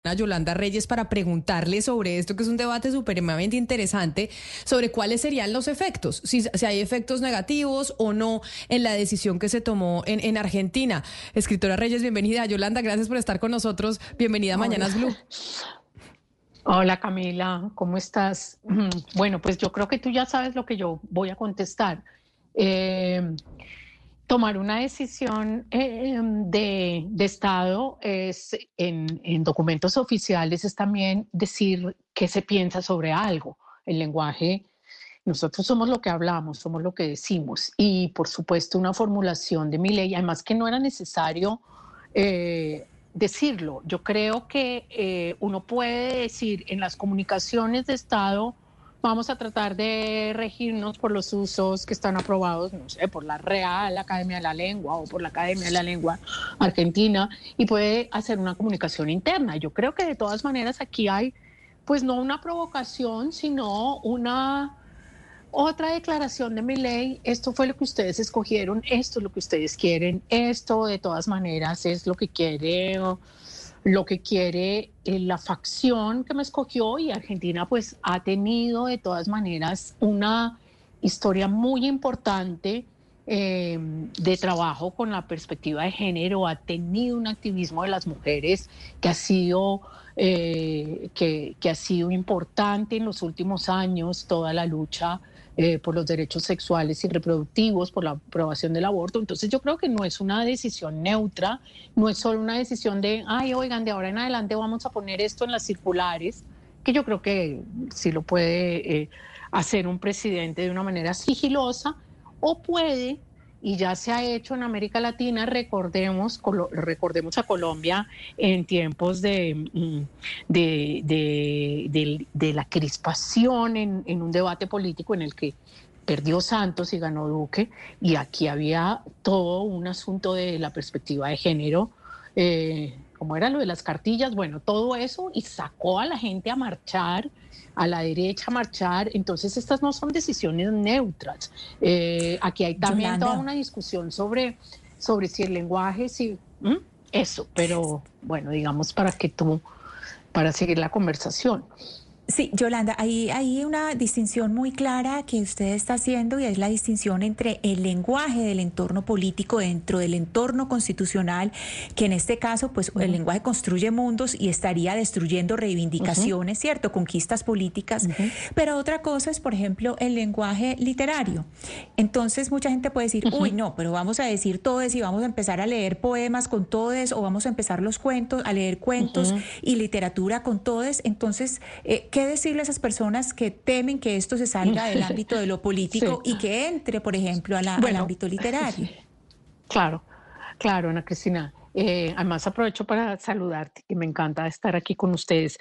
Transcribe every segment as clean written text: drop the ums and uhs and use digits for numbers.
A Yolanda Reyes para preguntarle sobre esto, que es un debate supremamente interesante, sobre cuáles serían los efectos, si hay efectos negativos o no en la decisión que se tomó en Argentina. Escritora Reyes, bienvenida. Yolanda, gracias por estar con nosotros. Bienvenida a Hola. Mañanas Blue. Hola Camila, ¿cómo estás? Bueno, pues yo creo que tú ya sabes lo que yo voy a contestar. Eh, Tomar una decisión de Estado es, en documentos oficiales, es también decir qué se piensa sobre algo. El lenguaje, nosotros somos lo que hablamos, somos lo que decimos. Y por supuesto una formulación de mi ley, además que no era necesario decirlo. Yo creo que uno puede decir en las comunicaciones de Estado, vamos a tratar de regirnos por los usos que están aprobados, no sé, por la Real Academia de la Lengua o por la Academia de la Lengua Argentina, y puede hacer una comunicación interna. Yo creo que de todas maneras aquí hay, pues no una provocación, sino una otra declaración de mi ley. Esto fue lo que ustedes escogieron, esto es lo que ustedes quieren, esto de todas maneras es lo que quiere la facción que me escogió, y Argentina pues ha tenido de todas maneras una historia muy importante de trabajo con la perspectiva de género, ha tenido un activismo de las mujeres que ha sido, que ha sido importante en los últimos años, toda la lucha por los derechos sexuales y reproductivos, por la aprobación del aborto. Entonces yo creo que no es una decisión neutra, no es solo una decisión de, ay, oigan, de ahora en adelante vamos a poner esto en las circulares, que yo creo que sí lo puede hacer un presidente de una manera sigilosa, o puede, y ya se ha hecho en América Latina, recordemos a Colombia en tiempos de la crispación en un debate político en el que perdió Santos y ganó Duque, y aquí había todo un asunto de la perspectiva de género, como era lo de las cartillas, bueno, todo eso, y sacó a la gente a marchar, a la derecha a marchar. Entonces estas no son decisiones neutras. Aquí hay también toda Yolanda. una discusión sobre si el lenguaje, si eso, pero bueno, digamos para seguir la conversación. Sí, Yolanda, hay una distinción muy clara que usted está haciendo, y es la distinción entre el lenguaje del entorno político dentro del entorno constitucional, que en este caso, pues el lenguaje construye mundos y estaría destruyendo reivindicaciones, ¿cierto? Conquistas políticas. Pero otra cosa es, por ejemplo, el lenguaje literario. Entonces mucha gente puede decir, uy, no, pero vamos a decir todes y vamos a empezar a leer poemas con todes, o vamos a empezar los cuentos, a leer cuentos y literatura con todes. Entonces, ¿qué decirle a esas personas que temen que esto se salga del ámbito de lo político y que entre, por ejemplo, al ámbito literario? Claro, claro, Ana Cristina. Además aprovecho para saludarte, que me encanta estar aquí con ustedes.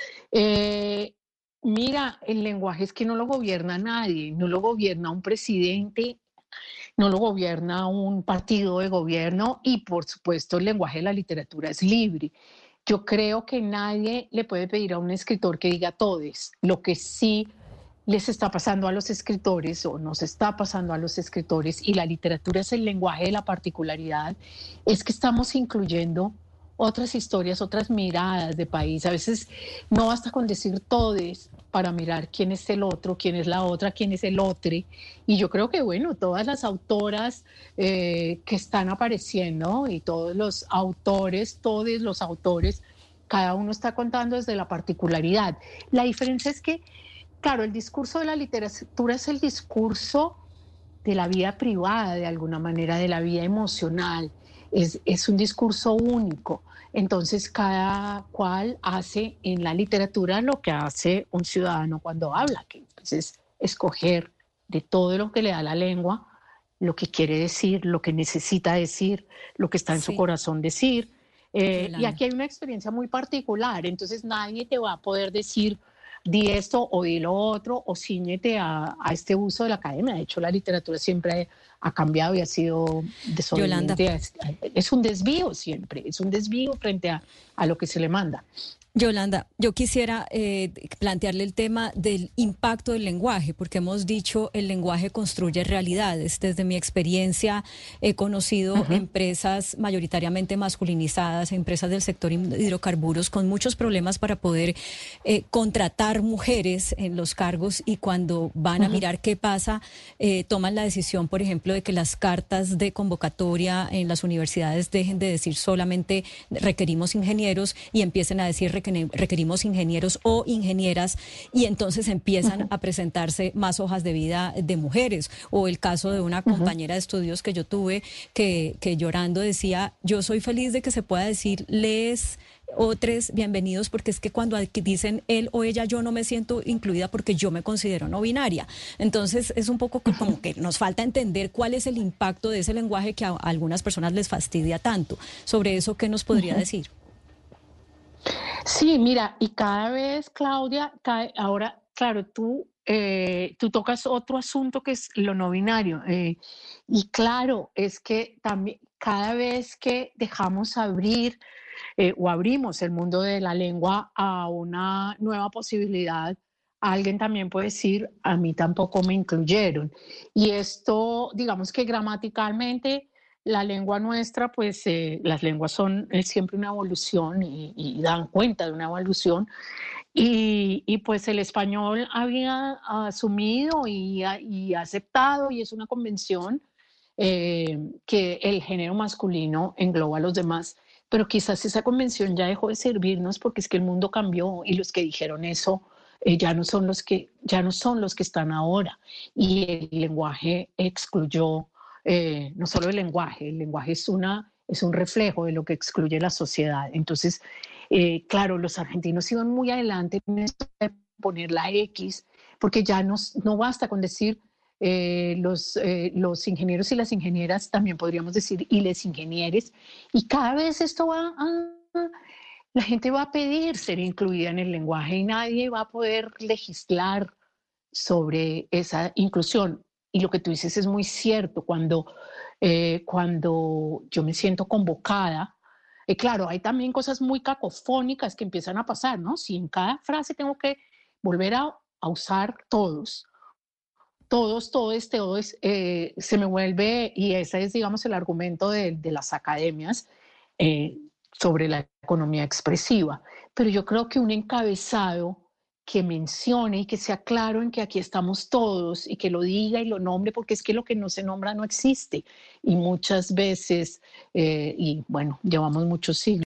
Mira, el lenguaje es que no lo gobierna nadie, no lo gobierna un presidente, no lo gobierna un partido de gobierno, y por supuesto el lenguaje de la literatura es libre. Yo creo que nadie le puede pedir a un escritor que diga todes. Lo que sí les está pasando a los escritores, o nos está pasando a los escritores, y la literatura es el lenguaje de la particularidad, es que estamos incluyendo otras historias, otras miradas de país. A veces no basta con decir todes para mirar quién es el otro, quién es la otra, quién es el otro. Y yo creo que, bueno, todas las autoras que están apareciendo, y todos los autores, cada uno está contando desde la particularidad. La diferencia es que, claro, el discurso de la literatura es el discurso de la vida privada, de alguna manera, de la vida emocional. Es un discurso único. Entonces, cada cual hace en la literatura lo que hace un ciudadano cuando habla, que pues, es escoger de todo lo que le da la lengua, lo que quiere decir, lo que necesita decir, lo que está en su corazón decir. Y aquí hay una experiencia muy particular, entonces nadie te va a poder decir di esto o di lo otro, o ciñete a este uso de la academia. De hecho, la literatura siempre ha cambiado y ha sido desobediente. Yolanda. Es un desvío siempre, es un desvío frente a lo que se le manda. Yolanda, yo quisiera plantearle el tema del impacto del lenguaje, porque hemos dicho el lenguaje construye realidades. Desde mi experiencia he conocido empresas mayoritariamente masculinizadas, empresas del sector hidrocarburos con muchos problemas para poder contratar mujeres en los cargos, y cuando van a mirar qué pasa, toman la decisión, por ejemplo, de que las cartas de convocatoria en las universidades dejen de decir solamente requerimos ingenieros y empiecen a decir requerimos ingenieros o ingenieras, y entonces empiezan a presentarse más hojas de vida de mujeres. O el caso de una compañera de estudios que yo tuve que llorando decía, yo soy feliz de que se pueda decir les otros bienvenidos, porque es que cuando dicen él o ella, yo no me siento incluida porque yo me considero no binaria. Entonces es un poco como que nos falta entender cuál es el impacto de ese lenguaje que a algunas personas les fastidia tanto. Sobre eso, ¿qué nos podría decir? Sí, mira, y cada vez, Claudia, ahora, claro, tú tocas otro asunto que es lo no binario. Y claro, es que también cada vez que dejamos abrir o abrimos el mundo de la lengua a una nueva posibilidad, alguien también puede decir, a mí tampoco me incluyeron. Y esto, digamos que gramaticalmente, la lengua nuestra, pues las lenguas son siempre una evolución y dan cuenta de una evolución. Y pues el español había asumido y aceptado, y es una convención, que el género masculino engloba a los demás. Pero quizás esa convención ya dejó de servirnos porque es que el mundo cambió y los que dijeron eso ya no son los que están ahora. Y el lenguaje excluyó, no solo el lenguaje es un reflejo de lo que excluye la sociedad. Entonces, claro, los argentinos iban muy adelante en esto de poner la X, porque ya no basta con decir los ingenieros y las ingenieras, también podríamos decir y les ingenieres, y cada vez esto la gente va a pedir ser incluida en el lenguaje y nadie va a poder legislar sobre esa inclusión. Y lo que tú dices es muy cierto, cuando yo me siento convocada, claro, hay también cosas muy cacofónicas que empiezan a pasar, ¿no? Si en cada frase tengo que volver a usar todos, se me vuelve, y ese es, digamos, el argumento de las academias sobre la economía expresiva. Pero yo creo que un encabezado que mencione y que sea claro en que aquí estamos todos y que lo diga y lo nombre, porque es que lo que no se nombra no existe. Y muchas veces, y bueno, llevamos muchos siglos